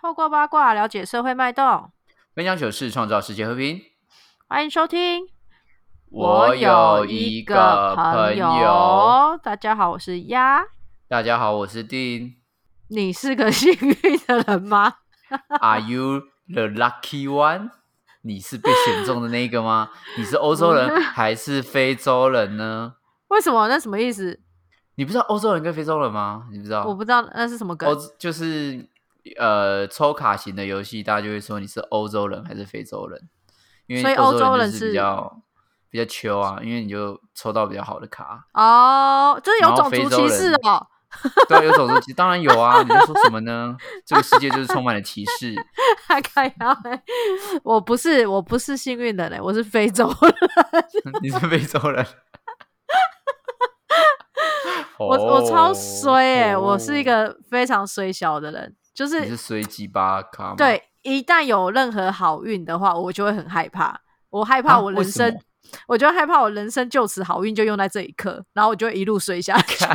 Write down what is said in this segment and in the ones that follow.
透过八卦了解社会脉动， 分享糗事，创造世界和平。 欢迎收听。 我有一个朋友， 大家好，我是鸭。 大家好，我是丁。 你是个幸运的人吗 ？Are you the lucky one？ 你是被选中的那个吗？你是欧洲人还是非洲人呢？ 为什么？那什么意思？ 你不知道欧洲人跟非洲人吗？你不知道？ 我不知道那是什么梗。 就是抽卡型的游戏，大家就会说你是欧洲人还是非洲人，因为欧洲人就是比较秋啊，因为你就抽到比较好的卡哦，这是有种族歧视哦。 对，有种族歧视，当然有啊！你在说什么呢？这个世界就是充满了歧视。 我不是幸运的人，我是非洲人。 你是非洲人？ 我超衰我是一个非常衰小的人，就是你是衰鸡巴卡吗？ 对，一旦有任何好运的话，我就会很害怕。我害怕我人生，我就害怕我人生就此好运就用在这一刻，然后我就会一路衰下去。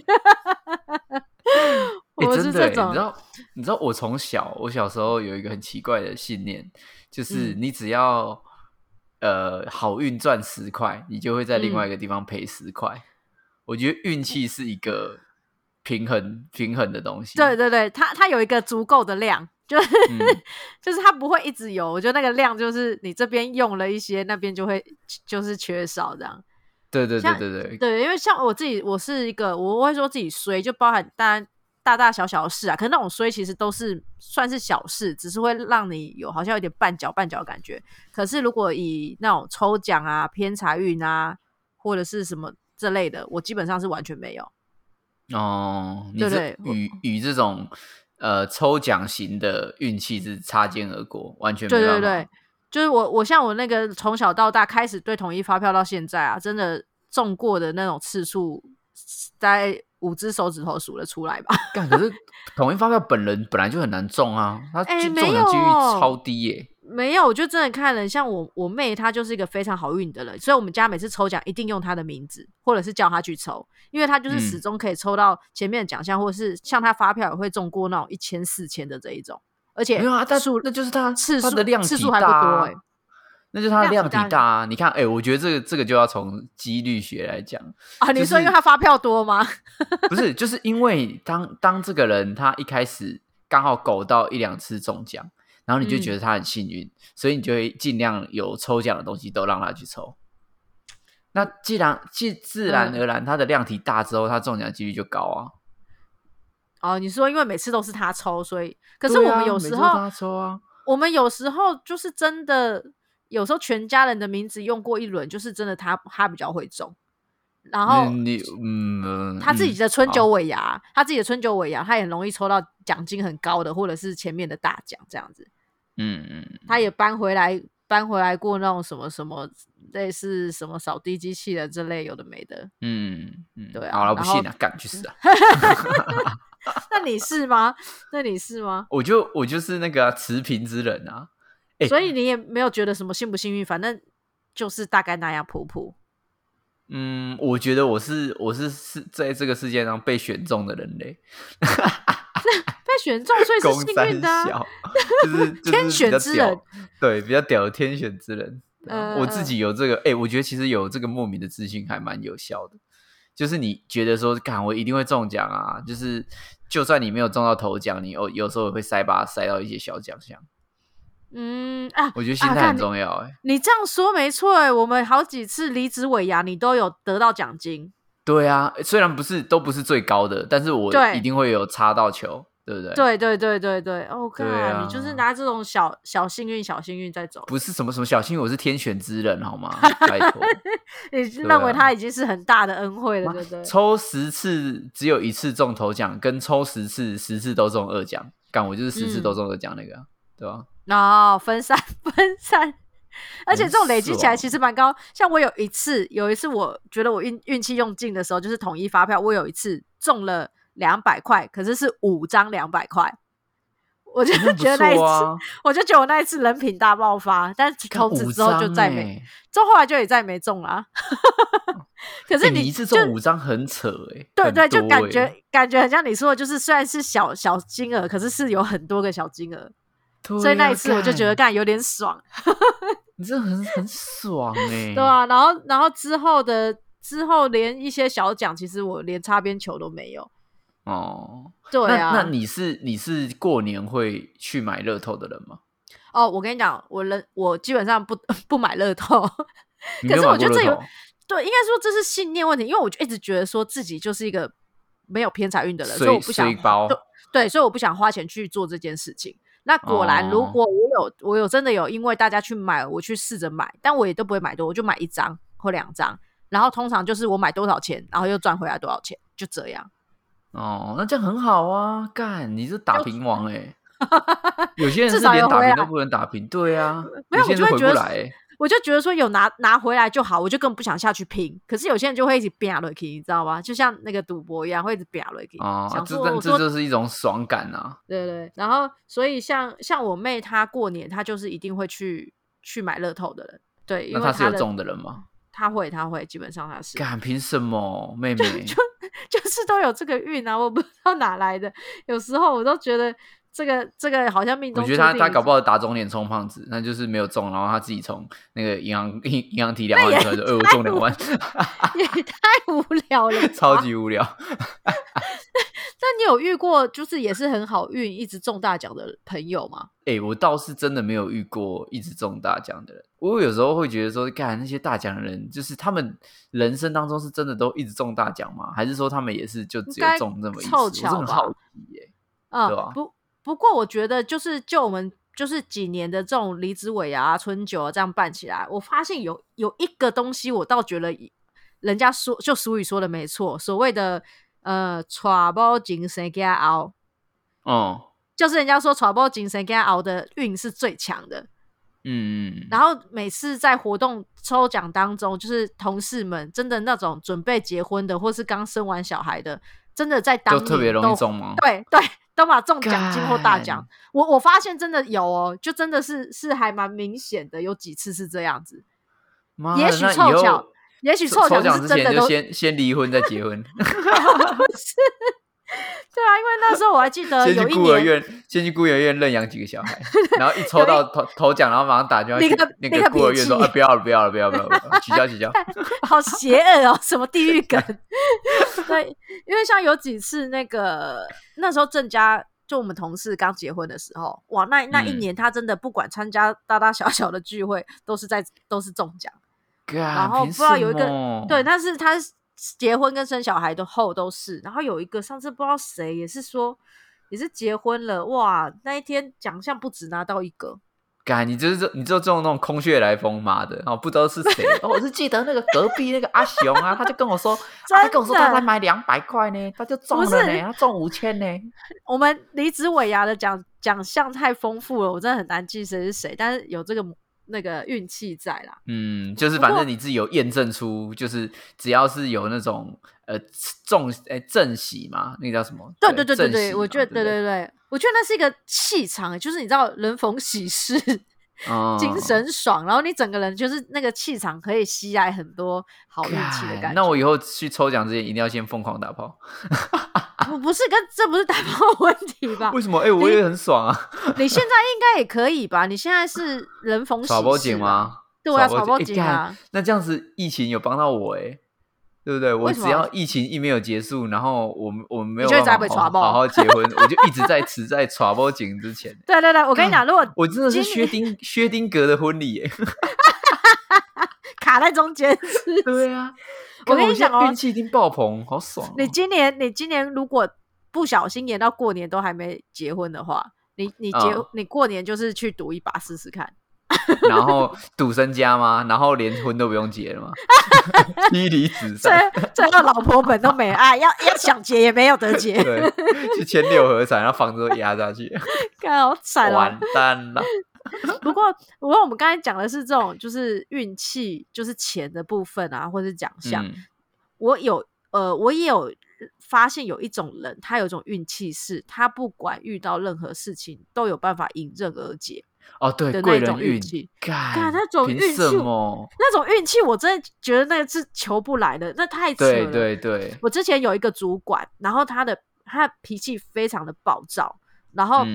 我是这种， 你知道我小时候有一个很奇怪的信念，就是你只要好运赚10块，你就会在另外一个地方赔10块。我觉得运气是一个平衡的东西。 对对对，它有一个足够的量，就是它不会一直有。我觉得那个量就是你这边用了一些，那边就会就是缺少这样。 对对对对对对，因为像我自己，我是一个我会说自己衰，就包含当然大大小小的事啊，可是那种衰其实都是算是小事，只是会让你好像有点绊脚的感觉。可是如果以那种抽奖啊、偏财运啊，或者是什么这类的，我基本上是完全没有。 哦，你是与这种抽奖型的运气是擦肩而过，完全没办法。 对对对，就是我像我那个从小到大开始对统一发票到现在啊，真的中过的那种次数，在5只手指头数得出来吧。 可是统一发票本来就很难中啊，他中奖几率超低耶。 没有，我就真的看了，像我妹她就是一个非常好运的人，所以我们家每次抽奖一定用她的名字，或者是叫她去抽，因为她就是始终可以抽到前面的奖项，或者是像她发票也会中过那种1000、4000的这一种，而且没有啊，那就是她的量体大， 次数还不多那就是他的量体大啊！你看，我觉得这个就要从几率学来讲啊。你说因为他发票多吗？ 不是，就是因为当这个人他一开始刚好狗到1-2次中奖，然后你就觉得他很幸运，所以你就会尽量有抽奖的东西都让他去抽。那自然而然他的量体大之后，他中奖几率就高啊。 哦，你说因为每次都是他抽，所以可是我们有时候他抽啊， 我们有时候就是真的。有时候全家人的名字用过一轮，就是真的他比较会中，然后他自己的春酒尾牙，他也很容易抽到奖金很高的，或者是前面的大奖这样子。他也搬回来过那种什么什么类似什么扫地机器人之类有的没的。对啊， 好了，不信了，干去死啊！ 那你是吗？ 我就是那个持平之人啊。 所以你也没有觉得什么幸不幸运，反正就是大概那样普普。 我觉得我是在这个世界上被选中的人类。 被选中，所以是幸运的啊。 就是天选之人， 对，比较屌的天选之人。我自己有这个，我觉得其实有这个莫名的自信还蛮有效的。就是你觉得说，干我一定会中奖啊！就算你没有中到头奖，你有时候也会塞到一些小奖项。我觉得心态很重要。 你这样说没错我们好几次离职尾牙，你都有得到奖金。 对啊，虽然都不是最高的，但是我一定会有插到球，对不对？ 对对对对对， 啊， 你就是拿这种小幸运在走， 不是什么小幸运，我是天选之人好吗？拜托， 你认为他已经是很大的恩惠了，对不对？ 抽10次只有1次中头奖，跟抽10次10次都中2奖，干我就是10次都中2奖那个，对吧？ 分散，而且这种累积起来其实蛮高。像我有一次我觉得我运气用尽的时候，就是统一发票，我有一次中了200块，可是是5张200块。 我就觉得那一次，我就觉得我那一次人品大爆发，但从此之后就再没，之后来就也再没中啦。可是你一次中5张很扯对对，就感觉很像你说的，就是虽然是小金额，可是有很多个小金额，所以那一次我就觉得有点爽。 你这很爽对啊，然后之后连一些小奖，其实我连擦边球都没有。 哦， 对啊， 那你是过年会去买乐透的人吗？ 哦，我跟你讲，我基本上不买乐透，可是我觉得这对，应该说这是信念问题，因为我就一直觉得说自己就是一个没有偏财运的人，所以我不想对，所以我不想花钱去做这件事情。那果然，如果我有真的有因为大家去买，我去试着买，但我也都不会买多，我就买1张或2张，然后通常就是我买多少钱，然后又赚回来多少钱，就这样。 哦，那这样很好啊！干，你是打平王有些人是连打平都不能打平，对啊， 没有， 我就会觉得我就觉得说有拿回来就好，我就根本不想下去拼。可是有些人就会一直拼下去，你知道吗？就像那个赌博一样，会一直拼下去。 这就是一种爽感啊！ 对对，然后所以像我妹，她过年她就是一定会去买乐透的人。对，因为她是有中的人吗？ 她会，基本上她是。 干，凭什么，妹妹？ 就是都有这个运啊，我不知道哪来的。有时候我都觉得这个好像命中注定。 我觉得他搞不好打肿脸充胖子，那就是没有中，然后他自己从那个银行提2万出来，说我中2万， 也太无聊了， 超级无聊。 但你有遇过就是也是很好运一直中大奖的朋友吗？ 我倒是真的没有遇过一直中大奖的人。我有时候会觉得说，干，那些大奖的人，就是他们人生当中是真的都一直中大奖吗？还是说他们也是就只有中这么一次？ 凑巧吧， 我很好奇对吧？ 不过我觉得就我们就是几年的这种离子尾牙、春酒啊这样办起来，我发现有一个东西，我倒觉得人家说就俗语说的没错，所谓的娶某精神给他熬，就是人家说娶某精神给他熬的运是最强的。然后每次在活动抽奖当中，就是同事们真的那种准备结婚的，或是刚生完小孩的，真的在当年都特别容易中吗？ 对对，都把中奖金或大奖。我发现真的有就真的是还蛮明显的，有几次是这样子。也许凑巧， 抽奖之前就先离婚再结婚。 不是。对啊，因为那时候我还记得有一年先去孤儿院认养几个小孩，然后一抽到头奖，然后马上打电话去那个孤儿院说不要了，取消。 好邪恶哦，什么地狱梗。对，因为像有几次那时候郑家就我们同事刚结婚的时候，哇，那一年他真的不管参加大大小小的聚会，都是中奖。然后不知道有一个对，但是他结婚跟生小孩的后都是，然后有一个上次不知道谁也是说也是结婚了，哇，那一天奖项不止拿到1个。 干，你就中那种空穴来风，妈的，不知道是谁。我是记得那个隔壁那个阿雄啊，他就跟我说，他才买200块呢，他就中了呢，他中5000呢。 我们离子尾牙的奖项太丰富了，我真的很难记谁是谁，但是有这个那个运气在啦。 就是反正你自己有验证出，就是只要是有那种正喜嘛，那个叫什么？ 对，我觉得对，我觉得那是一个气场，就是你知道人逢喜事精神爽，然后你整个人就是那个气场可以吸来很多好运气的感觉。 那我以后去抽奖之前一定要先疯狂打炮。 不是这不是打炮问题吧？ 为什么？我也很爽啊。 你现在应该也可以吧？你现在是人逢喜事吗？ 对啊，草包警啊。 那这样子疫情有帮到我对不对？我只要疫情一没有结束，然后我们没有办法好好结婚，我就一直在持在草包警之前。 对，我跟你讲，如果我真的是薛丁格的婚礼卡在中间。 对啊。 我跟你讲运气一定爆棚，好爽。 你今年如果不小心延到过年都还没结婚的话，你过年就是去赌一把试试看。 然后赌身家吗？然后连婚都不用结了吗？妻离子散， 最后老婆本都没爱，要想结也没有得结。 对，去签6合彩，然后房子都压下去， 看好惨了， 完蛋了。 不过我们刚才讲的是这种就是运气，就是钱的部分啊，或是奖项。我也有发现有一种人，他有一种运气是，他不管遇到任何事情都有办法迎刃而解。 哦，对， 的贵那种运人气， 干那种运气，那种运气，我真的觉得那个是求不来的，那太扯了。 对对对， 我之前有一个主管，然后他的脾气非常的暴躁，然后、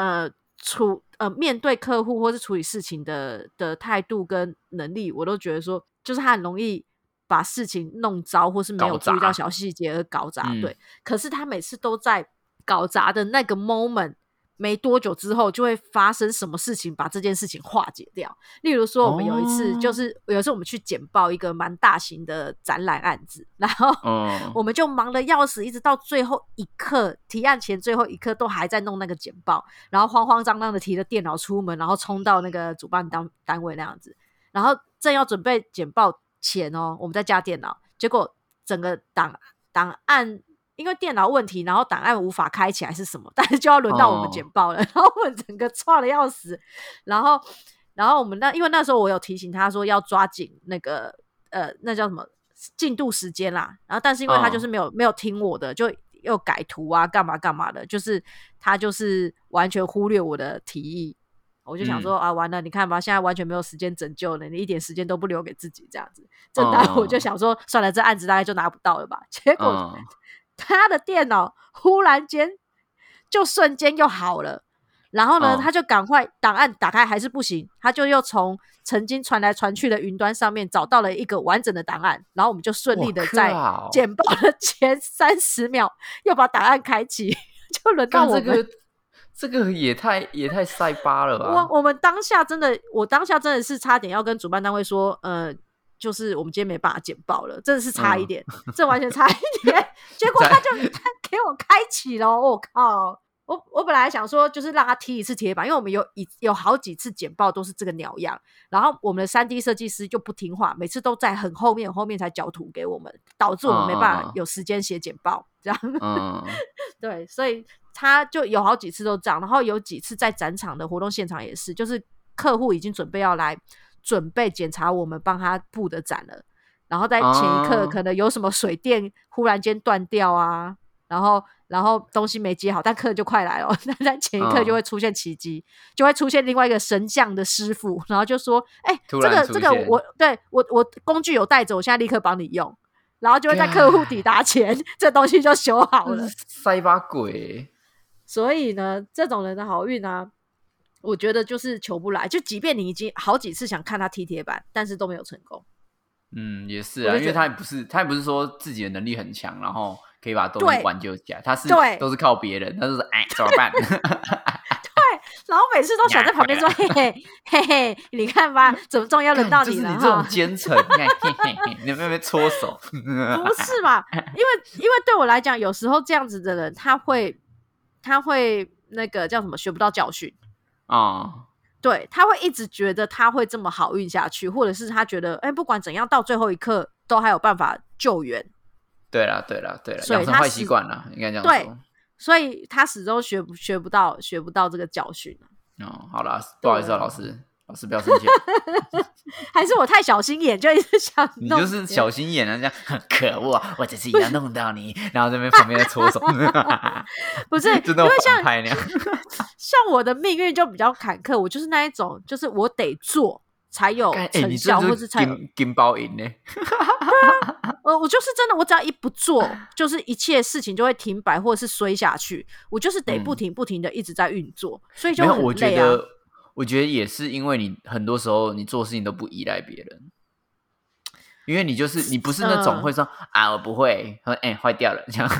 面对客户或是处理事情的态度跟能力，我都觉得说，就是他很容易把事情弄糟，或是没有注意到小细节而搞砸。对，可是他每次都在搞砸的那个 moment。没多久之后就会发生什么事情把这件事情化解掉。例如说我们有一次、有一次我们去简报一个蛮大型的展览案子，然后我们就忙得要死，一直到最后一刻，提案前最后一刻都还在弄那个简报，然后慌慌张张的提着电脑出门，然后冲到那个主办单位那样子，然后正要准备简报前我们在架电脑，结果整个档案因为电脑问题，然后档案无法开起来是什么，但是就要轮到我们简报了，然后我们整个错的要死，然后我们因为那时候我有提醒他说要抓紧那个那叫什么进度时间啦，然后但是因为他就是没有听我的，就又改图啊干嘛干嘛的，就是他就是完全忽略我的提议。我就想说完了，你看吧，现在完全没有时间拯救了，你一点时间都不留给自己，这样子。正当我就想说算了，这案子大概就拿不到了吧，结果他的电脑忽然间就瞬间又好了，然后呢他就赶快档案打开还是不行，他就又从曾经传来传去的云端上面找到了一个完整的档案，然后我们就顺利的在简报的前30秒又把档案开启，就轮到我们。 这个也太塞巴了吧。 我当下真的是差点要跟主办单位说就是我们今天没办法简报了，真的是差一点，这完全差一点。结果他给我开启了，我靠！我本来想说就是让他踢一次铁板，因为我们有好几次简报都是这个鸟样，然后我们的 3D 设计师就不听话，每次都在很后面才交图给我们，导致我们没办法有时间写简报，这样。对，所以他就有好几次都这样，然后有几次在展场的活动现场也是，就是客户已经准备要来准备检查我们帮他布的展了，然后在前一刻可能有什么水电忽然间断掉啊，然后东西没接好，但客人就快来了，那在前一刻就会出现奇迹，就会出现另外一个神将的师傅，然后就说这个我工具有带着，我现在立刻帮你用，然后就会在客户抵达前这东西就修好了， 塞把鬼。 所以呢这种人的好运啊，我觉得就是求不来，就即便你已经好几次想看他踢铁板，但是都没有成功。 也是啊，因为他也不是说自己的能力很强，然后可以把东西挽救起来，他是都是靠别人，他就是怎么办？ 对，然后每次都想在旁边说嘿嘿嘿嘿，你看吧，怎么终于要轮到你了？ 就是你这种奸臣，嘿嘿嘿，你有没有搓手？ 不是嘛？因为对我来讲，有时候这样子的人，他会那个叫什么，学不到教训啊。对，他会一直觉得他会这么好运下去，或者是他觉得不管怎样到最后一刻都还有办法救援。 对啦，养成坏习惯了，应该这样说。 对，所以他始终学不到这个教训。 好啦，不好意思老师不要生气。 还是我太小心眼，就一直想弄你就是小心眼啊，这样很可恶，我这次要弄到你，然后这边旁边在搓手。 不是， 就那种反派那样。 像我的命运就比较坎坷，我就是那一种，就是我得做才有成效，或是才有金包银呢。 对啊，我就是真的，我只要一不做，就是一切事情就会停摆或者是衰下去，我就是得不停的一直在运作，所以就很累啊。 我觉得也是因为你很多时候你做事情都不依赖别人，因为你不是那种会说我不会，坏掉了这样。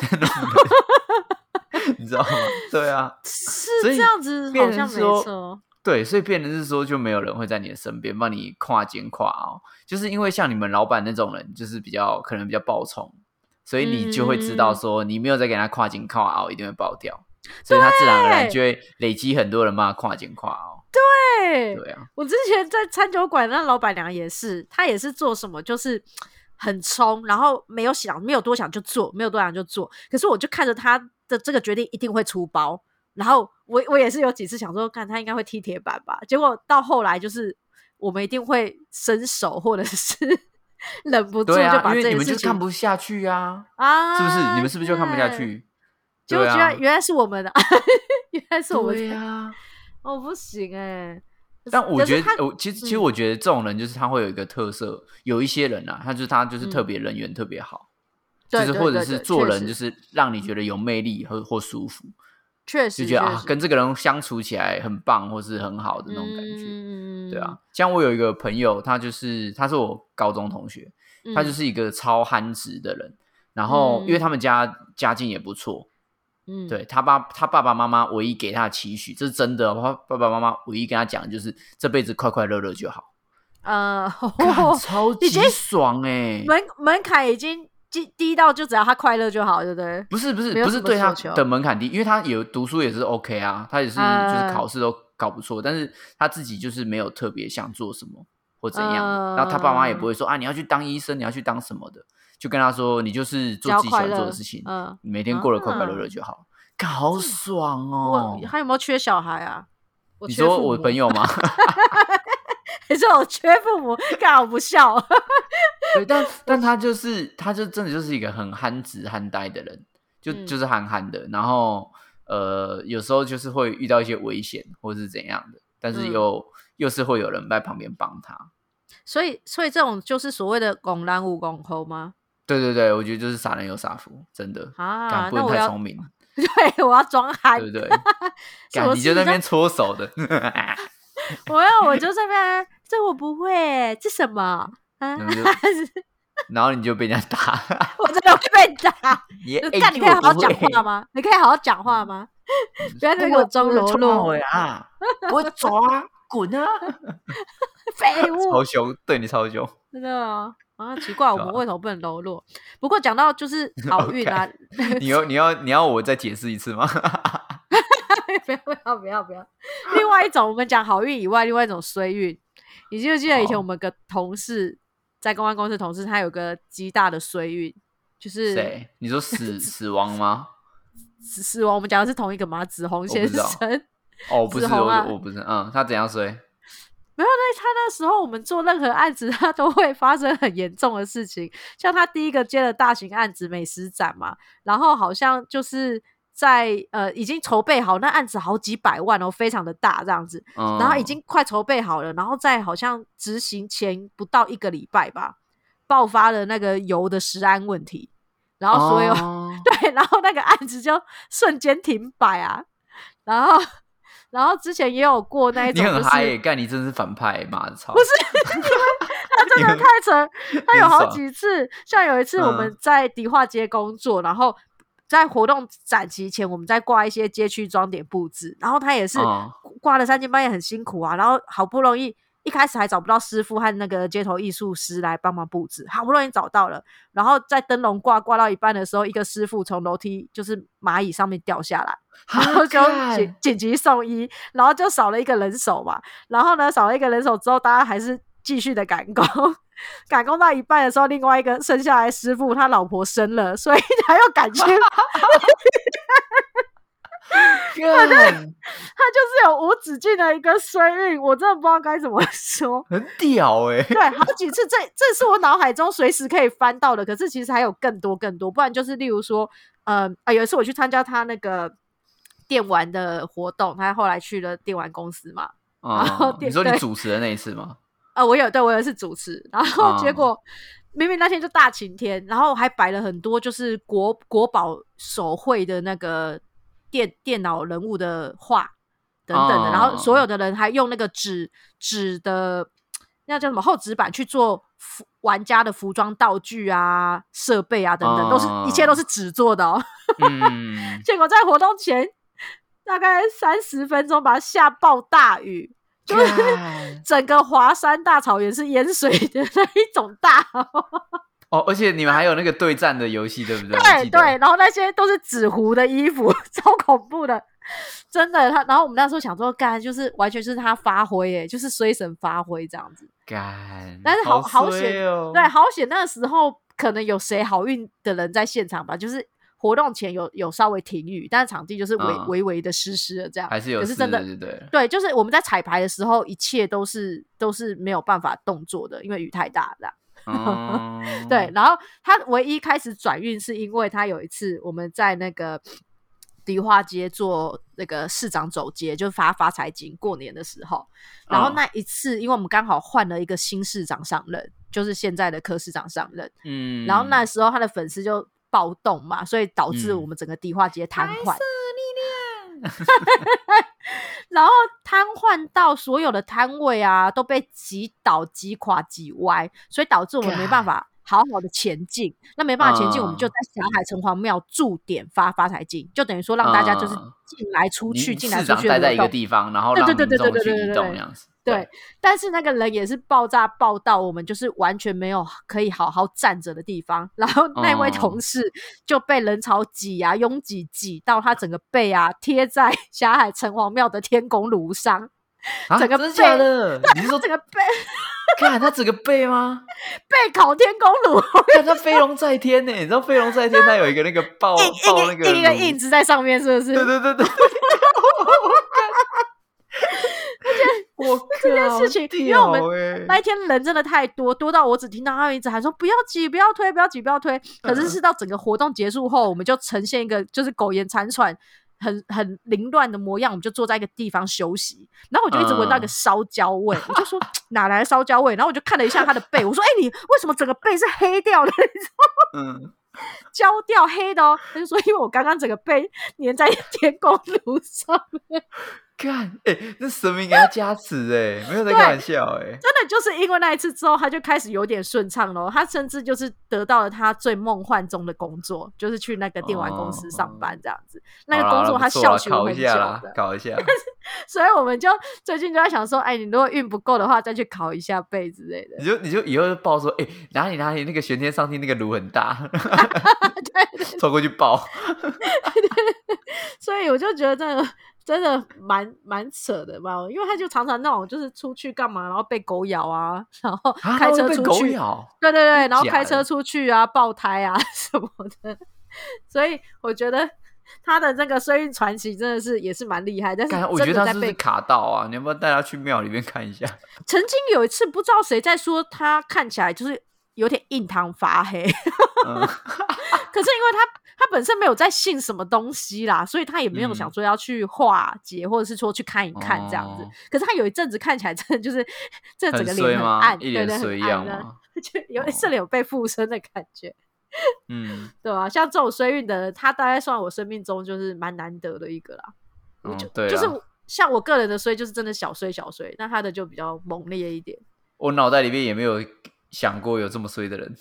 你知道吗？对啊， 是这样子，好像没错。 对，所以变成是说，就没有人会在你的身边帮你跨肩跨凹，就是因为像你们老板那种人，就是可能比较暴冲，所以你就会知道说，你没有再给他跨肩跨凹，一定会爆掉，所以他自然而然就会累积很多人帮他跨肩跨凹。对啊， 我之前在餐酒馆，那老板娘也是，她也是做什么就是很冲，然后没有多想就做，可是我就看着他的这个决定一定会出包，然后我也是有几次想说，看他应该会踢铁板吧，结果到后来就是我们一定会伸手，或者是忍不住就把这件事情， 因为你们就看不下去啊，是不是？你们是不是就看不下去？ 就觉得原来是我们的，原来是我们的。 对啊， 哦，不行但我觉得，其实我觉得这种人就是他会有一个特色，有一些人啊，他就是特别人缘特别好，就是或者是做人就是让你觉得有魅力或舒服， 确实就觉得跟这个人相处起来很棒或是很好的那种感觉，对啊。像我有一个朋友，他是我高中同学，他就是一个超憨直的人，然后因为他们家境也不错。对，他爸爸妈妈唯一给他的期许，这是真的，他爸爸妈妈唯一跟他讲的就是这辈子快快乐乐就好。超级爽门槛已经低到就只要他快乐就好，对不对？ 不是对他的门槛低，因为他有读书也是 OK 啊，他也是就是考试都搞不错，但是他自己就是没有特别想做什么或怎样，然后他爸妈也不会说你要去当医生，你要去当什么的。就跟他说，你就是做自己喜欢做的事情，每天过得快快乐乐就好，好爽哦！ 他有没有缺小孩啊？ 你说我朋友吗？ 还是我缺父母？干好不孝。 对，但他就真的就是一个很憨直憨呆的人，就是憨憨的，然后有时候就是会遇到一些危险或是怎样的，但是又是会有人在旁边帮他。 所以这种就是所谓的公人有公后吗？ 对，我觉得就是傻人有傻福，真的不能太聪明。 对，我要装憨， 对不对？你就在那边搓手的， 我就在那边，这我不会，这什么？ 然后你就被人家打， 我真的会被打。干，你可以好好讲话吗？你可以好好讲话吗？不要再给我装柔弱啊！我走啊，滚啊！ 废物， 超凶，对你超凶， 真的奇怪，我们为什么不能柔弱？不过讲到就是好运啊， 你要我再解释一次吗？ 不要。另外一种，我们讲好运以外，另外一种衰运。你记不记得以前我们有个同事，在公安公司同事，他有个极大的衰运，就是谁？你说死亡吗？ 死亡，我们讲的是同一个吗？子红先生。 不是，我不是。他怎样衰？ 没有，他那时候我们做任何案子，他都会发生很严重的事情。像他第一个接了大型案子美食展嘛，然后好像就是在已经筹备好，那案子好几百万非常的大这样子，然后已经快筹备好了，然后在好像执行前不到1个礼拜吧，爆发了那个油的食安问题，然后所有对，然后那个案子就瞬间停摆啊，然后之前也有过那一种、就是， 你很嗨耶，干你真是反派，妈的操！ 不是，因为他真的太扯，他有好几次，像有一次我们在迪化街工作，然后在活动展期前，我们在挂一些街区装点布置，然后他也是挂了3更半夜很辛苦啊，然后好不容易一开始还找不到师傅和那个街头艺术师来帮忙布置，好不容易找到了，然后在灯笼挂到一半的时候，一个师傅从楼梯就是蚂蚁上面掉下来，然后就紧急送医，然后就少了一个人手嘛，然后呢少了一个人手之后，大家还是继续的赶工，赶工到一半的时候，另外一个剩下来的师傅他老婆生了，所以他又赶去他就是有无止境的一个衰运，我真的不知道该怎么说， 很屌对，好几次，这是我脑海中随时可以翻到的，可是其实还有更多，不然就是例如说有一次我去参加他那个电玩的活动，他后来去了电玩公司嘛，然后你说你主持的那一次吗？ 我有是主持，然后结果明明那天就大晴天，然后还摆了很多就是国宝手绘的那个电脑人物的画等等的，然后所有的人还用那个纸的那叫什么厚纸板去做玩家的服装道具啊、设备啊等等，一切都是纸做的结果在活动前大概30分钟把它下暴大雨，就是整个华山大草原是淹水的那一种大而且你们还有那个对战的游戏，对不对？ 对，然后那些都是纸糊的衣服，超恐怖的，真的。然后我们那时候想说，干就是完全是他发挥耶，就是衰神发挥这样子。 干， 但是好险对，好险那个时候可能有谁好运的人在现场吧，就是活动前有稍微停雨，但是场地就是微微的湿湿的这样， 还是有湿的， 可是真的对，就是我们在彩排的时候，一切都是没有办法动作的，因为雨太大了。 对，然后他唯一开始转运是因为他有一次我们在那个迪化街做那个市长走街，就发财金，过年的时候，然后那一次因为我们刚好换了一个新市长上任，就是现在的柯市长上任，然后那时候他的粉丝就暴动嘛，所以导致我们整个迪化街瘫痪。然后瘫痪到所有的摊位啊都被挤倒、挤垮、挤歪，所以导致我们没办法好好的前进。那没办法前进，我们就在霞海城隍庙驻点发财金，就等于说让大家就是进来出去、进来出去的待在一个地方，然后让民众去移动这样子。 对，但是那个人也是爆炸爆到我们就是完全没有可以好好站着的地方，然后那位同事就被人潮挤啊拥挤挤到他整个背啊贴在霞海城隍庙的天公炉上，整个背， 真的假的？你是说整个背？ 看他整个背吗？ 背烤天公炉， 看他飞龙在天呢！你知道飞龙在天他有一个那个爆那个一个印子在上面，是不是？ 对。我靠， 这件事情，因为我们那一天人真的太多到我只听到他们一直喊说不要挤，不要推，不要挤，不要推。可是到整个活动结束后，我们就呈现一个就是苟延残喘、很凌乱的模样，我们就坐在一个地方休息。然后我就一直闻到一个烧焦味，我就说哪来的烧焦味？然后我就看了一下他的背，我说你为什么整个背是黑掉的？你知道吗？焦掉黑的哦。他就说因为我刚刚整个背粘在天公炉上面。 看，那神明给他加持没有在开玩笑真的就是因为那一次之后，他就开始有点顺畅了。他甚至就是得到了他最梦幻中的工作，就是去那个电玩公司上班这样子。那个工作他笑许很久的， 考一下。 所以我们就最近就在想说，你如果运不够的话，再去考一下背之类的。 你就以后就报说，哪里那个玄天上帝那个炉很大， 对， 凑过去报。 所以我就觉得真的蛮扯的吧，因为他就常常那种就是出去干嘛，然后被狗咬啊，然后开车出去， 被狗咬， 对，然后开车出去啊，爆胎啊什么的，所以我觉得他的那个衰运传奇真的是也是蛮厉害，但是我觉得他是不是卡到啊？你要不要带他去庙里面看一下？ 曾经有一次不知道谁在说他看起来就是有点印堂发黑，可是因为他本身没有在信什么东西啦，所以他也没有想说要去化解，或者是说去看一看这样子。可是他有一阵子看起来真的就是这整个脸很暗， 一脸衰样吗？ 就甚至有被附身的感觉。对吧？像这种衰运的人，他大概算我生命中就是蛮难得的一个啦。 对， 就是像我个人的衰，就是真的小衰，那他的就比较猛烈一点。 我脑袋里面也没有想过有这么衰的人。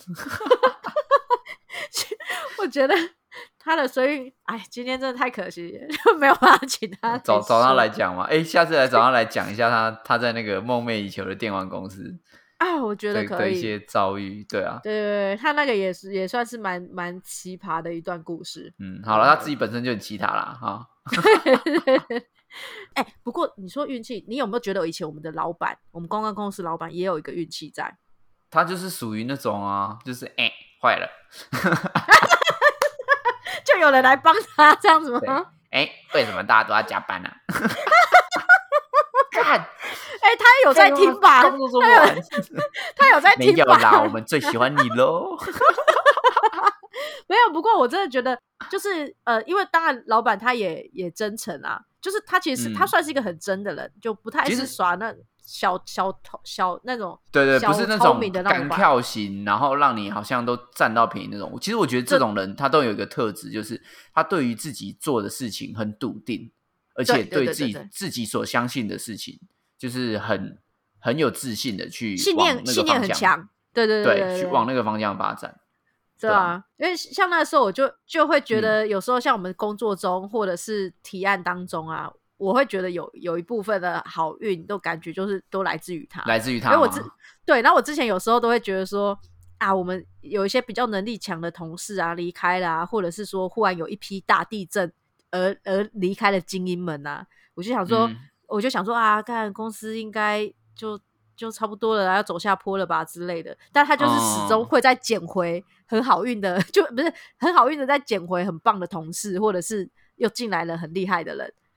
我觉得他的衰运，今天真的太可惜了，没有办法请他找他来讲嘛。下次来找他来讲一下他在那个梦寐以求的电玩公司我觉得可以的一些遭遇。对啊， 对，他那个也算是蛮奇葩的一段故事。 好了，他自己本身就很奇葩啦哈。 不过你说运气，你有没有觉得以前我们的老板，我们公关公司老板也有一个运气在？ 他就是属于那种就是坏了。 就有人来帮他这样子吗？ 为什么大家都要加班啊？看， 他有在听吧？ 工作做不完， 他有在听吧？ 没有啦，我们最喜欢你咯。 没有，不过我真的觉得，就是因为当然老板他也真诚啊，就是他其实他算是一个很真的人，就不太是耍那小那种， 对，不是那种干跳型，然后让你好像都占到便宜那种。其实我觉得这种人他都有一个特质，就是他对于自己做的事情很笃定，而且对自己所相信的事情，就是很有自信的去信念很强，对， 去往那个方向发展。 对啊，因为像那时候我就会觉得，有时候像我们工作中或者是提案当中啊，我会觉得有一部分的好运都感觉就是都来自于他，因为对，然后我之前有时候都会觉得说我们有一些比较能力强的同事啊离开了或者是说忽然有一批大地震而离开了精英们啊，我就想说看公司应该就差不多了，要走下坡了吧之类的，但他就是始终会再捡回很好运的，就不是很好运的再捡回很棒的同事，或者是又进来了很厉害的人。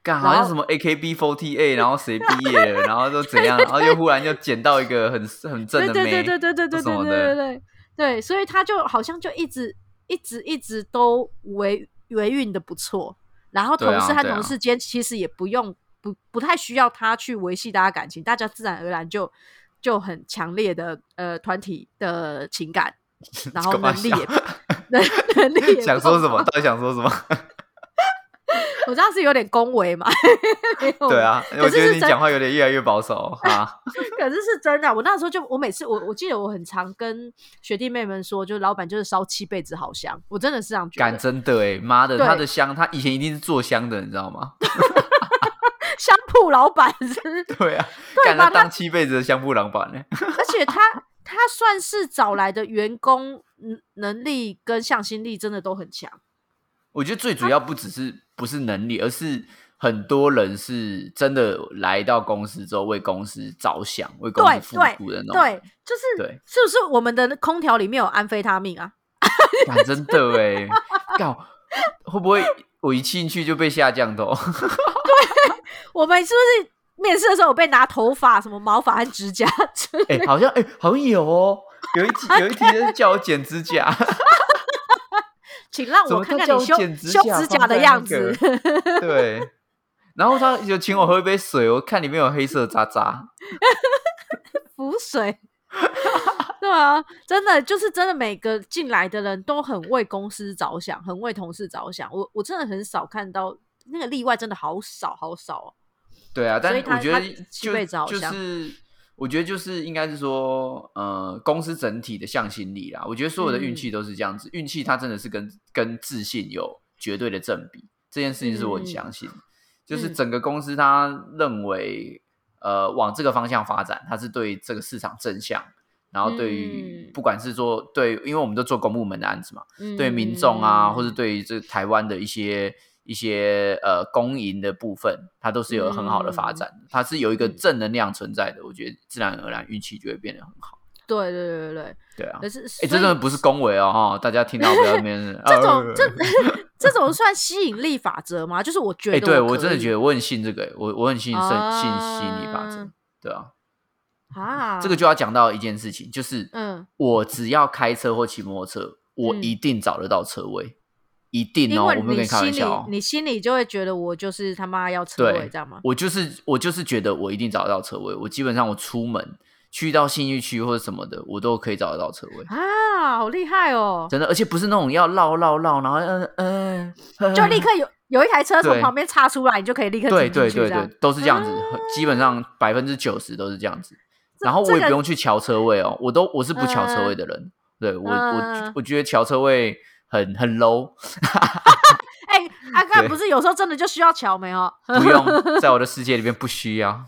干好像什么 AKB48，然后谁毕业了，然后都怎样，然后又忽然就捡到一个很正的妹， 对，所以他就好像就一直都维运的不错，然后同事和同事间其实也不太需要他去维系大家感情，大家自然而然就很强烈的团体的情感，然后能力也想说什么？到底想说什么？ 我这样是有点恭维嘛？ 对啊，我觉得你讲话有点越来越保守啊。 可是是真的，我那时候我每次我记得我很常跟学弟妹们说，就是老板就是烧7辈子好香，我真的是这样觉得。 干真的欸，妈的，他的香，他以前一定是做香的，你知道吗？ 香铺老板是？ 对啊，干他当7辈子的香铺老板呢。 而且他算是找来的员工能力跟向心力真的都很强。 我觉得最主要不是能力，而是很多人是真的来到公司之后为公司着想，为公司付出的那种。 对，就是是不是我们的空调里面有安非他命啊？ 真的欸，干会不会我一进去就被下降头？ 对，我们是不是面试的时候有被拿头发、什么毛发和指甲之类的？ 好像有哦，有一题是叫我剪指甲。 请让我看看你修指甲的样子。 对，然后他就请我喝一杯水，我看里面有黑色渣渣。 浮水。对啊，真的就是真的，每个进来的人都很为公司着想，很为同事着想。我真的很少看到那个例外，真的好少好少哦。 对啊，但我觉得就是我觉得就是应该是说，公司整体的向心力啦。我觉得所有的运气都是这样子，运气它真的是跟自信有绝对的正比。这件事情是我很相信，就是整个公司他认为，往这个方向发展，它是对这个市场正向，然后对于不管是说对，因为我们都做公部门的案子嘛，对民众啊，或是对于这台湾的一些公营的部分，它都是有很好的发展的，它是有一个正能量存在的，我觉得自然而然运气就会变得很好。 对啊， 可是这真的不是恭维哦，大家听到不要那边这种算吸引力法则吗？就是我觉得对我真的觉得我很信这个，我很信吸引力法则，对啊。这个就要讲到一件事情，就是我只要开车或骑摩托车，我一定找得到车位。一定哦，我没有跟你开玩笑你心里就会觉得我就是他妈要车位，这样吗？ 我就是觉得我一定找得到车位，我基本上我出门去到信义区或者什么的，我都可以找得到车位啊，好厉害哦！ 真的，而且不是那种要绕，然后就立刻有一台车从旁边插出来，你就可以立刻停进去， 对，都是这样子，基本上90%都是这样子。然后我也不用去瞧车位哦，我是不瞧车位的人，对我觉得瞧车位很 low。 阿干不是有时候真的就需要瞧没哦？ 不用，在我的世界里面不需要。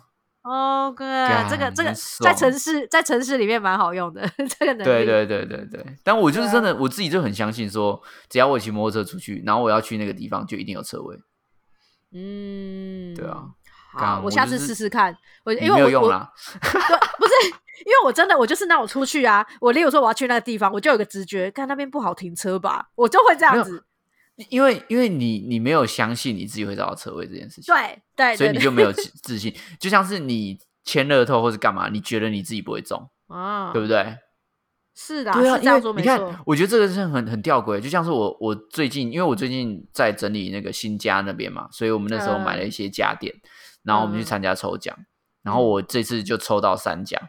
OK， 这个在城市里面蛮好用的，这个能力。 对。但我就是真的，我自己就很相信说，只要我骑摩托车出去，然后我要去那个地方，就一定有车位。对啊。 好，我下次试试看。 因为没有用啦。 不是，因为我就是那种出去啊，我例如说我要去那个地方，我就有个直觉，看那边不好停车吧，我就会这样子。 因为你没有相信你自己会找到车位这件事情， 对， 所以你就没有自信。就像是你签乐透或是干嘛，你觉得你自己不会中，对不对？ 是的， 对啊， 是这样说没错。 你看，我觉得这个是很吊诡。就像是我最近，因为我最近在整理那个新家那边嘛，所以我们那时候买了一些家电，然后我们去参加抽奖，然后我这次就抽到3奖。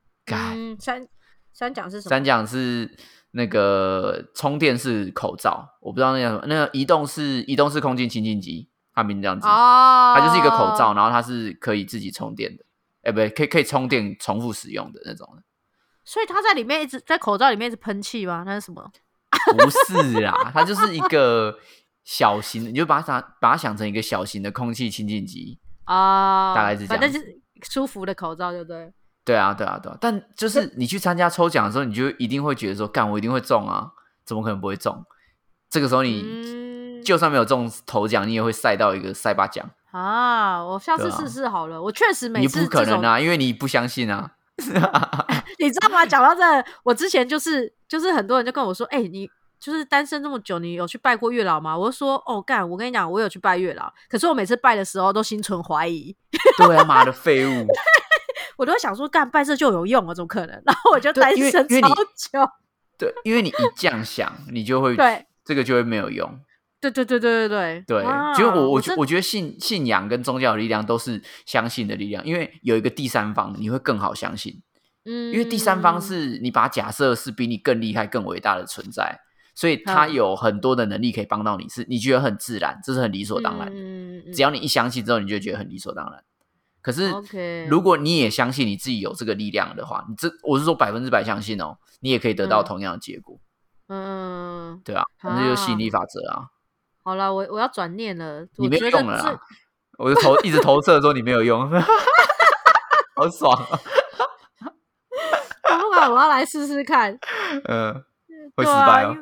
三奖是什么？ 三奖是那个充电式口罩，我不知道那叫什么，那个移动式空气清净机，它名字这样子，它就是一个口罩，然后它是可以自己充电的，不可以充电重复使用的那种的。 所以它在里面一直在口罩里面一直喷气吗？那是什么？ 不是啦，它就是一个小型的，你就把它想成一个小型的空气清净机啊，大概是这样， 反正就是舒服的口罩，对不对？ 对啊，但就是你去参加抽奖的时候，你就一定会觉得说，干我一定会中啊，怎么可能不会中？这个时候你就算没有中头奖，你也会赛到一个赛霸奖啊！我下次试试好了，我确实每次你不可能啊，因为你不相信啊。 你知道吗？讲到这，我之前就是很多人就跟我说，你就是单身这么久，你有去拜过月老吗？我就说哦干，我跟你讲，我有去拜月老，可是我每次拜的时候都心存怀疑。 对啊，妈的废物！ 我都会想说，干拜这就有用啊，怎么可能？然后我就单身超久。 对，因为你一这样想，你就会对这个就会没有用。 对， 其实我觉得信仰跟宗教的力量都是相信的力量，因为有一个第三方，你会更好相信。因为第三方是你把它假设是比你更厉害、更伟大的存在，所以他有很多的能力可以帮到你，是你觉得很自然，这是很理所当然的。只要你一相信之后，你就觉得很理所当然。可是如果你也相信你自己有这个力量的话，我是说100%相信哦，你也可以得到同样的结果。对啊，那就是吸引力法则啊。 好了，我要转念了， 你没用了啦，我就一直投射说你没有用，好爽啊！ 不管，我要来试试看。 会失败哦。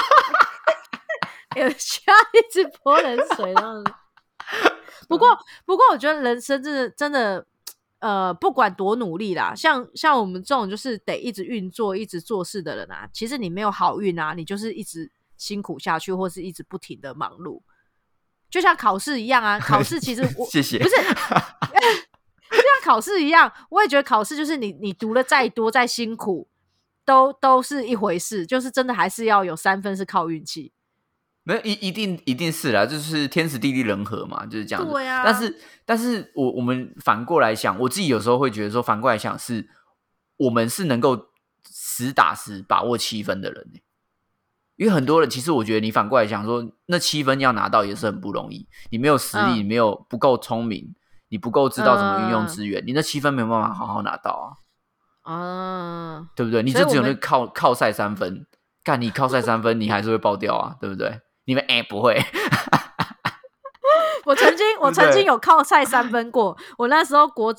有需要一直泼冷水这样子。不过我觉得人生真的不管多努力啦，像我们这种就是得一直运作、一直做事的人啊，其实你没有好运啊，你就是一直辛苦下去，或是一直不停的忙碌，就像考试一样啊。考试其实谢谢， 不是就像考试一样，我也觉得考试就是你读了再多再辛苦，都是一回事，就是真的还是要有3分是靠运气。 没有一定是啦，就是天时地利人和嘛，就是这样子。 对啊， 但是我们反过来想，我自己有时候会觉得说，反过来想是我们是能够实打实把握7分的人。因为很多人其实我觉得你反过来想说，那7分要拿到也是很不容易，你没有实力，你没有不够聪明，你不够知道怎么运用资源，你那7分没有办法好好拿到啊。对不对？你就只有那靠赛3分，干你靠赛3分你还是会爆掉啊，对不对？你们不会。 我曾经有靠赛3分过。我那时候国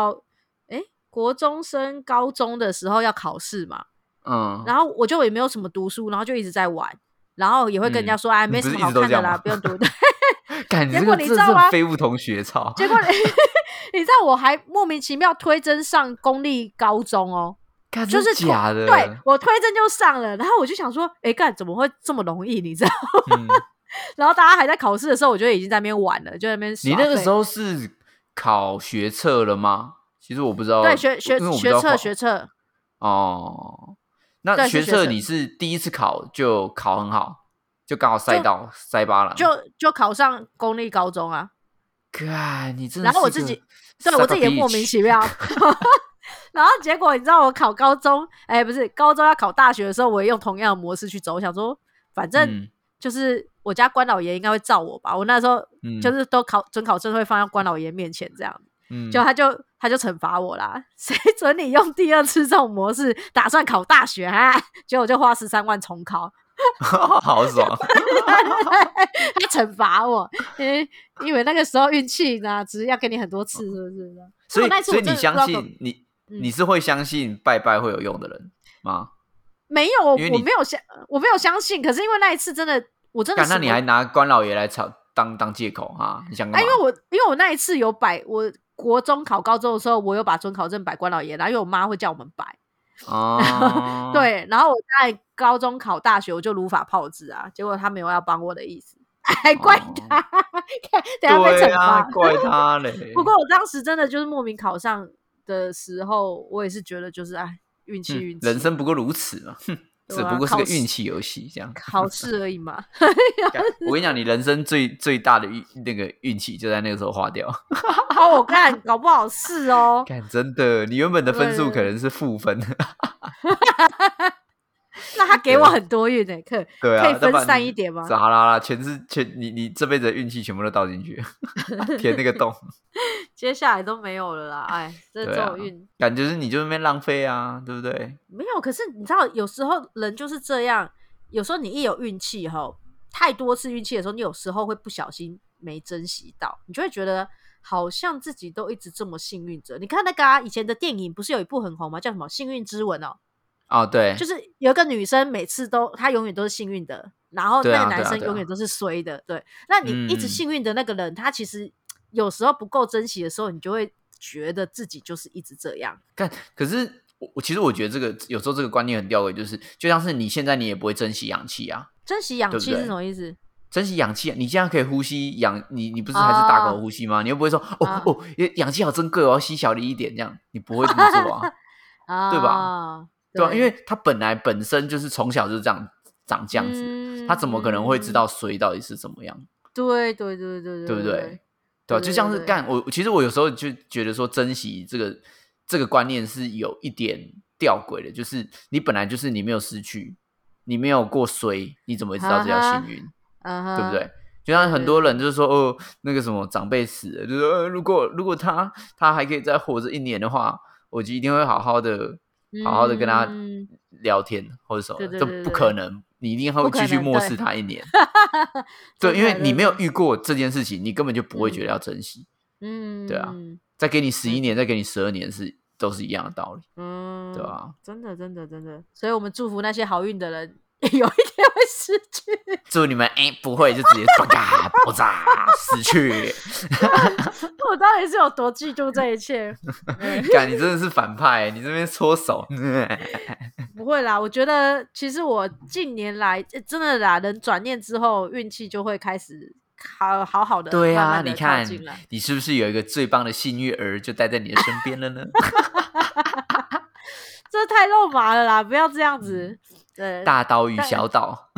中升高中的时候要考试嘛，然后我就也没有什么读书，然后就一直在玩，然后也会跟人家说哎，没什么好看的啦，不用读。结果你知道吗？ 废物同学操！ 结果你知道我还莫名其妙推甄上公立高中哦。 就是假的， 对，我推甄就上了，然后我就想说，干怎么会这么容易？你知道吗？然后大家还在考试的时候，我就已经在那边玩了，就在那边耍废。 你那个时候是考学测了吗？其实我不知道， 对，学测。 哦，那学测你是第一次考就考很好，就刚好塞8了， 就考上公立高中啊。 干，你真的是， 然后我自己也莫名其妙。然后结果你知道我考高中，不是高中要考大学的时候，我也用同样的模式去走。我想说，反正就是我家关老爷应该会照我吧。我那时候就是都准考证会放在关老爷面前这样，就他就惩罚我啦。谁准你用第2次这种模式打算考大学啊？结果我就花13万重考。 好爽。 他惩罚我，因为那个时候运气呢，只是要给你很多次，是不是？ 所以你相信你是会相信拜拜会有用的人吗？ 没有，我没有相信。可是因为那一次真的，我真的那你还拿关老爷来当借口哈？你想干嘛？ 因为我那一次有摆，我国中考高中的时候，我有把准考证摆关老爷，然后因为我妈会叫我们摆。对，然后我在高中考大学，我就如法炮制啊，结果他没有要帮我的意思，还怪他，等下被惩罚， 怪他嘞。 不过我当时真的就是莫名考上的时候，我也是觉得就是运气， 人生不过如此嘛，只不过是个运气游戏，这样考试而已嘛。 我跟你讲，你人生最大的那个运气就在那个时候花掉。 我看搞不好是哦。 真的，你原本的分数可能是负分。 那他给我很多运欸，可以分散一点吗？ 好啦，你这辈子的运气全部都倒进去，填那个洞。 接下来都没有了啦，这种运感觉是你就那边浪费啊，对不对？ 没有，可是你知道，有时候人就是这样，有时候你一有运气太多次运气的时候，你有时候会不小心没珍惜到，你就会觉得好像自己都一直这么幸运着。你看那个以前的电影不是有一部很红吗？叫什么《幸运之吻》哦， 对， 就是有一个女生每次她永远都是幸运的，然后那个男生永远都是衰的。对，那你一直幸运的那个人，他其实有时候不够珍惜的时候，你就会觉得自己就是一直这样。 可是其实我觉得这个有时候这个观念很吊诡，就是就像是你现在你也不会珍惜氧气啊， 珍惜氧气是什么意思？ 珍惜氧气，你这样可以呼吸你不是还是大口呼吸吗？你又不会说氧气好珍贵，我要吸小力一点，这样你不会这么做啊，对吧？对啊，因为他本身就是从小就是这样长这样子，他怎么可能会知道水到底是怎么样？ 对不对？对啊，就像是其实我有时候就觉得说珍惜这个观念是有一点吊诡的，就是你本来就是你没有失去，你没有过衰，你怎么会知道这叫幸运？对不对？就像很多人就是说那个什么长辈死了，就说如果他还可以再活着1年的话，我就一定会好好的跟他聊天或者什么，这不可能，你一定会继续漠视他1年。对，因为你没有遇过这件事情，你根本就不会觉得要珍惜。对啊，再给你11年，再给你12年都是一样的道理。对啊， 真的，所以我们祝福那些好运的人有一天会失去。 祝你们不会就直接爆炸死去。 我到底是有多嫉妒这一切？ 干，你真的是反派，你这边搓手。 不会啦，我觉得其实我近年来真的啦，人转念之后，运气就会开始好好的。 对啊， 慢慢地你看靠近了， 你是不是有一个最棒的幸运儿就待在你的身边了呢？ 这太肉麻了啦，不要这样子。对， 大岛与小岛。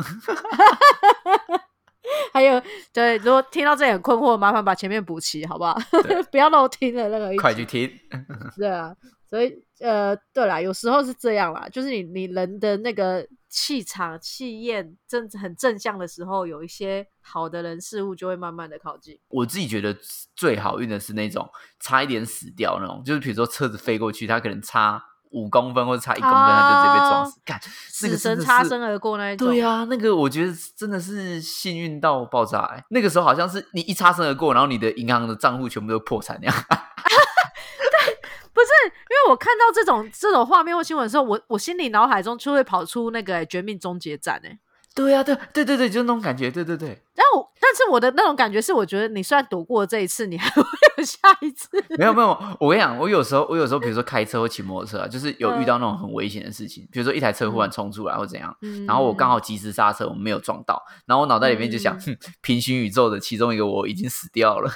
还有，对，如果听到这里很困惑，麻烦把前面补齐，好不好？不要漏听了那个。 快去听。 对啊，所以对啦，有时候是这样啦，就是你人的那个气场、气焰很正向的时候，有一些好的人事物就会慢慢的靠近。 我自己觉得最好运的是那种差一点死掉那种，就是比如说车子飞过去，它可能差5公分或者差1公分，它就直接被撞死。干，那个死神擦身而过那一种。 对啊，那个我觉得真的是幸运到爆炸。那个时候好像是你一擦身而过，然后你的银行的账户全部都破产那样。 对，不是因为我看到这种画面或新闻的时候，我心里脑海中就会跑出那个绝命终结战。 对啊，对，就是那种感觉，对。 但是我的那种感觉是，我觉得你虽然躲过这一次，你还会有下一次。 没有，我跟你讲，我有时候，比如说开车或骑摩托车就是有遇到那种很危险的事情，比如说一台车忽然冲出来或怎样，然后我刚好及时刹车，我没有撞到，然后我脑袋里面就想，平行宇宙的其中一个我已经死掉了。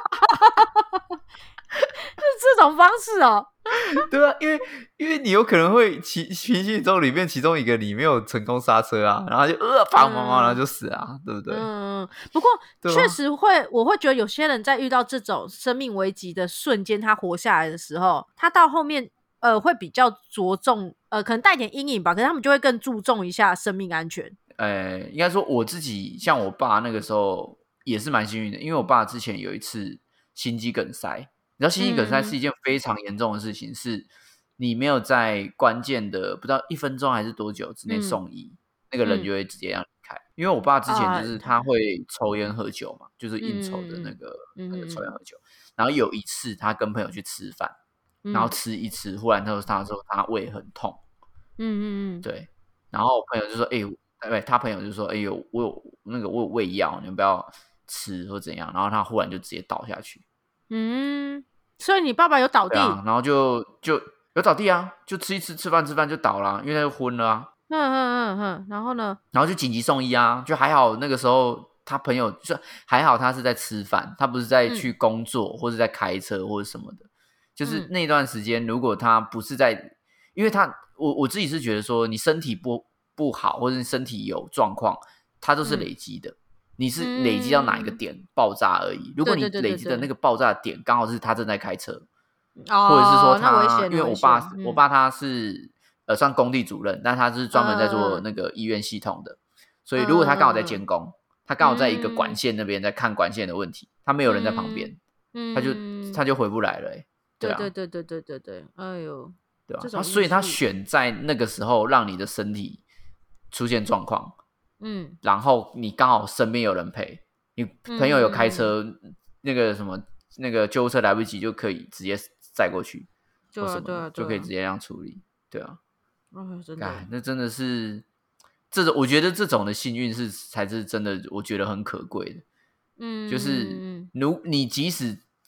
是这种方式哦。 对啊，因为你有可能会平行宇宙里面其中一个你没有成功刹车啊，然后就砰，然后就死啊，对不对？ 不过确实我会觉得有些人在遇到这种生命危机的瞬间，他活下来的时候，他到后面会比较着重可能带点阴影吧，可是他们就会更注重一下生命安全。 应该说我自己像我爸那个时候也是蛮幸运的，因为我爸之前有一次心肌梗塞。你知道心肌梗塞是一件非常严重的事情，是你没有在关键的不知道1分钟还是多久之内送医，那个人就会直接让离开。因为我爸之前就是他会抽烟喝酒嘛，就是应酬的那个抽烟喝酒。然后有一次他跟朋友去吃饭，然后吃一吃，忽然他说他胃很痛。对。然后我朋友就说：“他朋友就说：我有胃药，你们不要吃或怎样。”然后他忽然就直接倒下去。 所以你爸爸有倒地？ 对啊，然后就有倒地啊，就吃饭就倒了，因为他就昏了啊。 然后呢？ 然后就紧急送医啊，就还好那个时候他朋友就还好他是在吃饭，他不是在去工作或是在开车或者什么的。就是那段时间如果他不是在，因为我自己是觉得说你身体不好或者你身体有状况，它都是累积的。你是累积到哪一个点爆炸而已。如果你累积的那个爆炸的点刚好是他正在开车，或者是说他，因为我爸他是算工地主任，但他是专门在做那个医院系统的，所以如果他刚好在监工，他刚好在一个管线那边在看管线的问题，他没有人在旁边，他就回不来了。对啊， 对，哎呦， 对啊，所以他选在那个时候让你的身体出现状况。然后你刚好身边有人陪，你朋友有开车，那个什么那个救护车来不及就可以直接载过去， 对啊， 就可以直接这样处理。对啊， 真的， 那真的是我觉得这种的幸运才是真的，我觉得很可贵的。就是你即使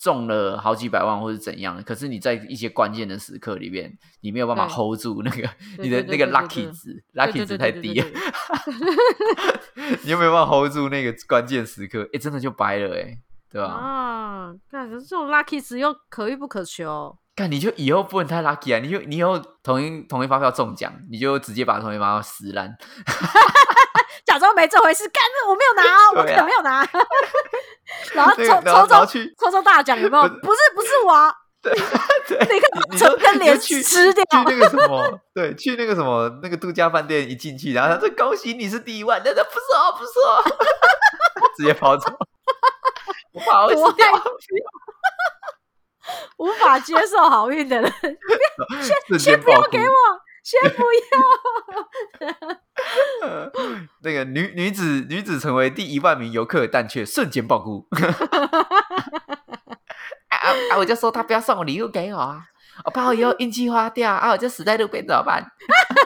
中了好几百万或是怎样，可是你在一些关键的时刻里面，你没有办法 hold 住那个你的那个 lucky 值，lucky 值太低了，你又没有办法 hold 住那个关键时刻，真的就掰了对吧？ 啊，可是这种 lucky 值又可遇不可求。 干，你就以后不能太 lucky 啊！你以后统一发票中奖，你就直接把统一发票撕烂， 假装没这回事。干，我没有拿哦，我可能没有拿。然后抽中大奖有没有？不是我。 对， 你整个脸吃掉。 去那个什么，对，去那个什么那个度假饭店一进去，然后他说恭喜你是第1万，但是不是我，直接跑走。我怕会死掉。 无法接受好运的人，先不要给我，先不要。那个女子成为第1万名游客，但却瞬间爆哭。我就说他不要送我礼物给我啊，我怕我以后运气花掉啊，我就死在路边怎么办？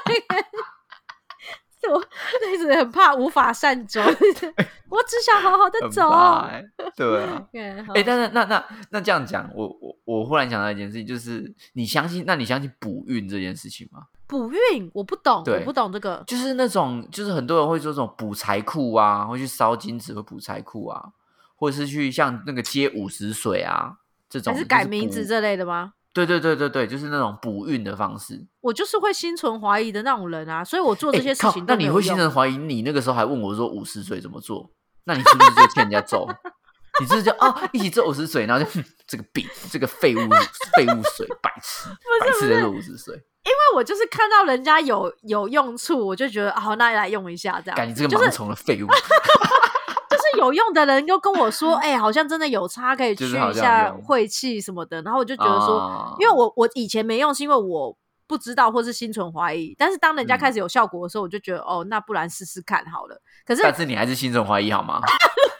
我一直很怕无法善终，我只想好好的走。 对啊，但是那这样讲，我忽然想到一件事情，就是你相信补运这件事情吗？ 补运我不懂，我不懂这个， 就是那种就是很多人会说这种补财库啊，会去烧金纸会补财库啊，或者是去像那个接50水啊这种， 还是改名字这类的吗？ 对，就是那种补运的方式。 我就是会心存怀疑的那种人啊，所以我做这些事情都没有用。 那你会心存怀疑？你那个时候还问我说50水怎么做？那你是不是就欠人家揍？你是不是就一起做50水，然后就这个饼，这个废物水，白痴的做50水。 因为我就是看到人家有用处，我就觉得好，那来用一下这样。 干你这个盲从的废物。 就是有用的人又跟我说，好像真的有差，可以去一下晦气什么的。然后我就觉得说，因为我以前没用，是因为我不知道或是心存怀疑。但是当人家开始有效果的时候，我就觉得那不然试试看好了。 但是你还是心存怀疑好吗？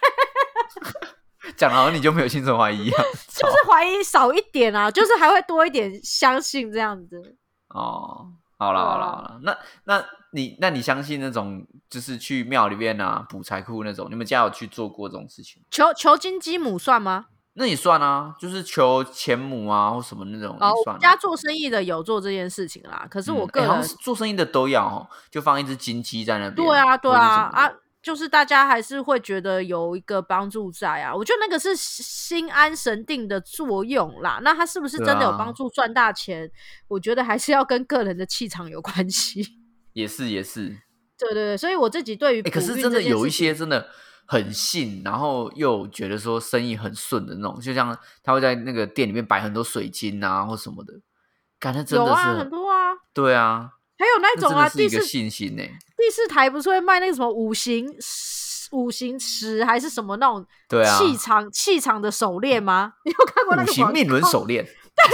讲好像你就没有心存怀疑一样， 就是怀疑少一点啊，就是还会多一点相信这样子。 好了，那你相信那种就是去庙里面啊补财库那种，你们家有去做过这种事情？ 求金鸡母算吗？ 那也算啊，就是求钱母啊或什么那种也算。 我家做生意的有做这件事情啦，可是我个人、 好像做生意的都要就放一只金鸡在那边。 对啊，就是大家还是会觉得有一个帮助在啊，我觉得那个是心安神定的作用啦。那它是不是真的有帮助赚大钱？我觉得还是要跟个人的气场有关系。 也是， 对，所以我自己对于可是真的有一些真的很信，然后又觉得说生意很顺的那种，就像他会在那个店里面摆很多水晶啊或什么的，感觉真的是很多啊， 对啊。 还有那种啊， 是一个信心第四台不是会卖那个什么五行石还是什么那种气场的手链吗？你有看过那个五行命轮手链？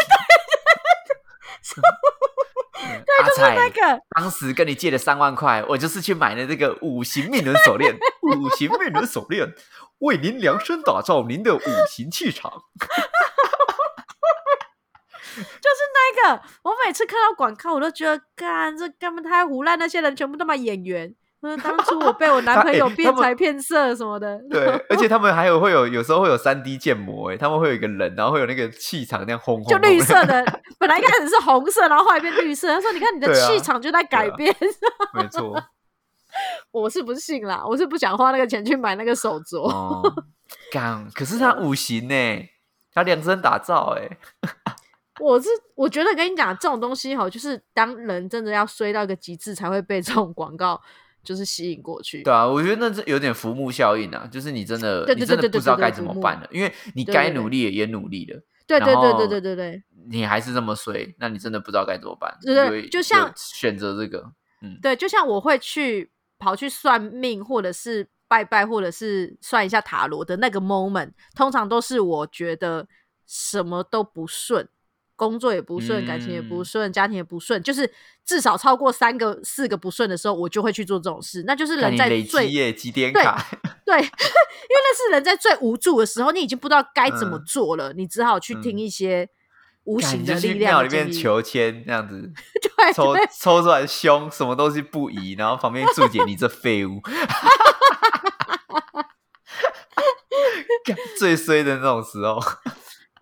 对，就是那个。 当时跟你借了3万块，我就是去买了这个五行命轮手链。五行命轮手链为您量身打造您的五行气场。 就是那个，我每次看到广告，我都觉得，干这根本太胡乱，那些人全部都嘛演员。当初我被我男朋友骗财骗色什么的。 对，而且他们还会有时候会有3D 建模，他们会有一个人，然后会有那个气场那样轰轰， 就绿色的，本来一开始是红色，然后后来变绿色。他说：“你看你的气场就在改变。” 没错， 我是不信啦，我是不想花那个钱去买那个手镯。 可是他五行他量身打造我觉得跟你讲，这种东西就是当人真的要衰到一个极致，才会被这种广告就是吸引过去。 对啊，我觉得那有点浮木效应啊，就是你真的不知道该怎么办了，因为你该努力也努力了， 对， 你还是这么衰，那你真的不知道该怎么办。 对，就像选择这个， 对，就像我会跑去算命，或者是拜拜，或者是算一下塔罗的那个 moment， 通常都是我觉得什么都不顺。工作也不顺，感情也不顺，家庭也不顺，就是至少超过3个4个不顺的时候，我就会去做这种事。那就是人在最积点卡， 对，因为那是人在最无助的时候，你已经不知道该怎么做了，你只好去听一些无形的力量， 庙里面求签这样子， 对， 抽出来凶，什么东西不宜，然后旁边注解你这废物，最衰的那种时候。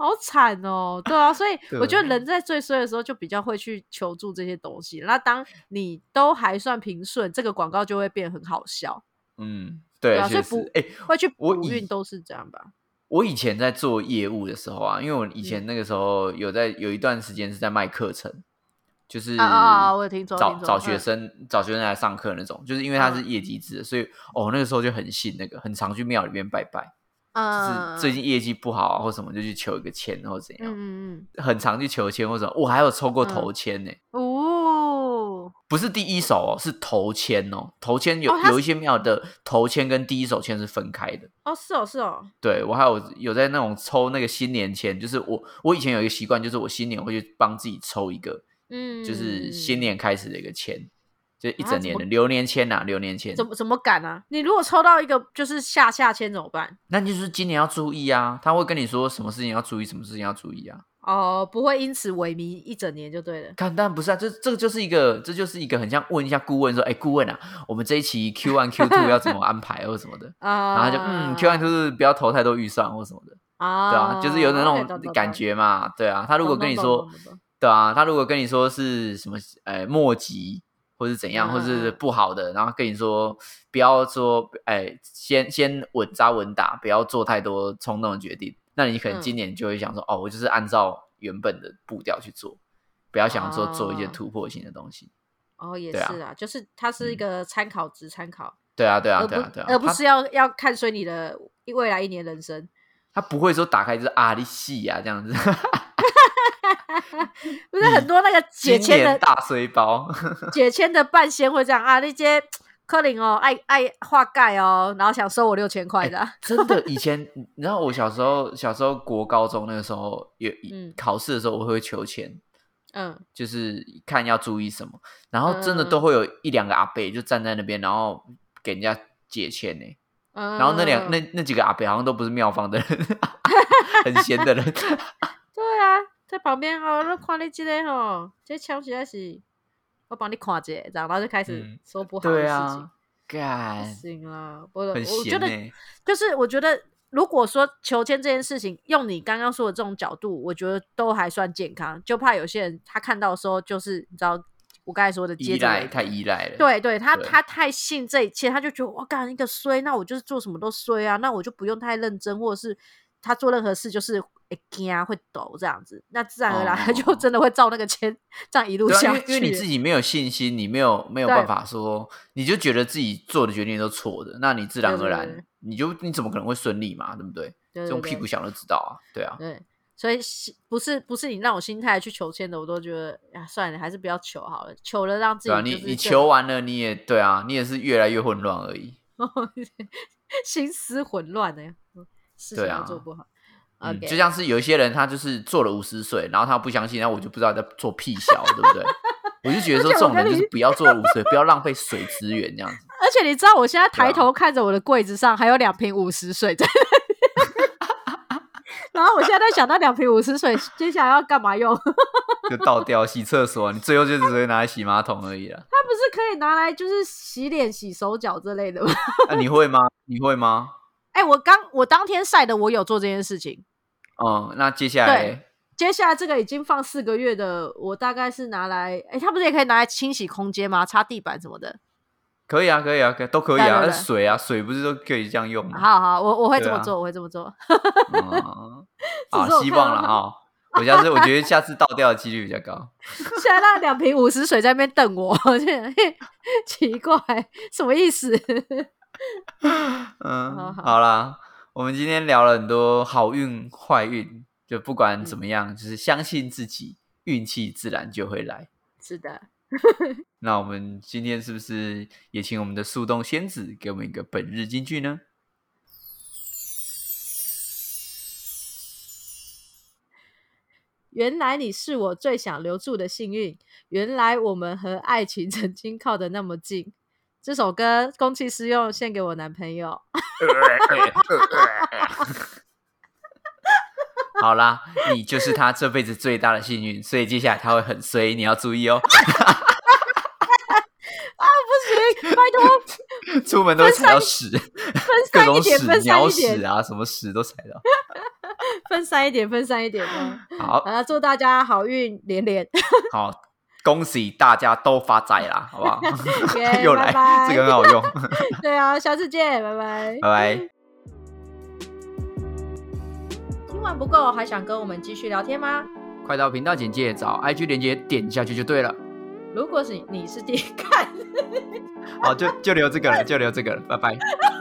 好惨哦。对啊，所以我觉得人在最衰的时候就比较会去求助这些东西，那当你都还算平顺，这个广告就会变很好笑。 对啊，所以会去补运都是这样吧。 我以前在做业务的时候啊，因为我以前那个时候有一段时间是在卖课程，就是我有听说找学生来上课那种，就是因为它是业绩制的，所以那个时候就很信那个，很常去庙里面拜拜。就是最近业绩不好啊或什么就去求一个签或怎样，很常去求签或什么。我还有抽过头签呢。不是第一手是头签哦。头签有一些庙的头签跟第一手签是分开的。 是哦。 对，我还有在那种抽那个新年签，就是我以前有一个习惯，就是我新年会去帮自己抽一个，就是新年开始的一个签。就一整年的流年签啊，流年签怎么赶啊？你如果抽到一个就是下签怎么办？ 那就是今年要注意啊，他会跟你说什么事情要注意，什么事情要注意啊。 不会因此萎靡一整年就对了。 当然不是啊，这就是一个很像问一下顾问说，顾问啊，我们这一期 Q1 Q2 要怎么安排或什么的然后就Q1 Q2 不要投太多预算或什么的对啊，就是有那种感觉嘛。对啊，他如果跟你说对啊，他如果跟你说是什么末级或是怎样或是不好的，然后跟你说不要说先稳扎稳打，不要做太多冲动的决定，那你可能今年就会想说我就是按照原本的步调去做，不要想说做一些突破性的东西。 也是啊，就是它是一个参考值参考。 对啊， 而不是要看衰你的未来一年人生。 他不会说打开就是你戏啊这样子不是很多那个解签的大衰包解签的半仙会这样那些可能爱画盖然后想收我6000块的真的以前你知道我小时候国高中那个时候有考试的时候我会求签就是看要注意什么，然后真的都会有一两个阿伯就站在那边然后给人家解签呢然后那几个阿伯好像都不是庙方的人很闲的人对啊，在旁边看你这个这枪实在是我帮你看一下这样，然后就开始说不好的事情对啊， 不行啦，我觉得就是我觉得如果说求签这件事情用你刚刚说的这种角度，我觉得都还算健康，就怕有些人他看到的时候就是你知道我刚才说的太依赖了。 对他太信这一切，他就觉得我干一个衰，那我就是做什么都衰啊，那我就不用太认真，或者是他做任何事就是会怕会抖这样子，那自然而然他就真的会照那个签这样一路下去。 因为你自己没有信心，你没有办法说，你就觉得自己做的决定都错的，那你自然而然你怎么可能会顺利嘛，对不对？这种屁股想都知道啊，对啊。 对，所以不是你让我心态去求签的，我都觉得算了，还是不要求好了。求了让自己你求完了，你也对啊，你也是越来越混乱而已， 心思混乱的事情都做不好。 就像是有一些人他就是做了50岁，然后他不相信，然后我就不知道在做屁小，对不对？我就觉得说这种人就是不要做了50岁，不要浪费水资源这样子。 而且你知道我现在抬头看着我的柜子上还有2瓶50水在然后我现在在想那2瓶50水接下来要干嘛用就倒掉洗厕所，你最后就只会拿来洗马桶而已啦。 它不是可以拿来就是洗脸洗手脚之类的吗你会吗？ 我当天晒的我有做这件事情。 那接下来这个已经放4个月的我大概是拿来它不是也可以拿来清洗空间吗？擦地板什么的可以啊都可以啊。水不是都可以这样用吗？ 好我会这么做我会这么做希望啦我觉得下次倒掉的几率比较高现在那2瓶50水在那边瞪我奇怪什么意思好啦，我们今天聊了很多好运坏运，就不管怎么样就是相信自己，运气自然就会来。 是的那我们今天是不是也请我们的树洞仙子给我们一个本日金句呢？ 原来你是我最想留住的幸运，原来我们和爱情曾经靠得那么近。这首歌公器私用，献给我男朋友好啦，你就是他这辈子最大的幸运，所以接下来他会很衰，你要注意哦不行拜托出门都会踩到屎各种屎鸟屎啊什么屎都踩到分散一点，分散一点哦。 好， 祝大家好运连连。 好，恭喜大家都发财啦，好不好？又来， 拜拜， 这个很好用。 对啊，下次见，拜拜， 拜拜。 听完不够，还想跟我们继续聊天吗？ 快到频道简介找 IG 连结点下去就对了。 如果是你是第一看， 好，就留这个了，就留这个了，拜拜。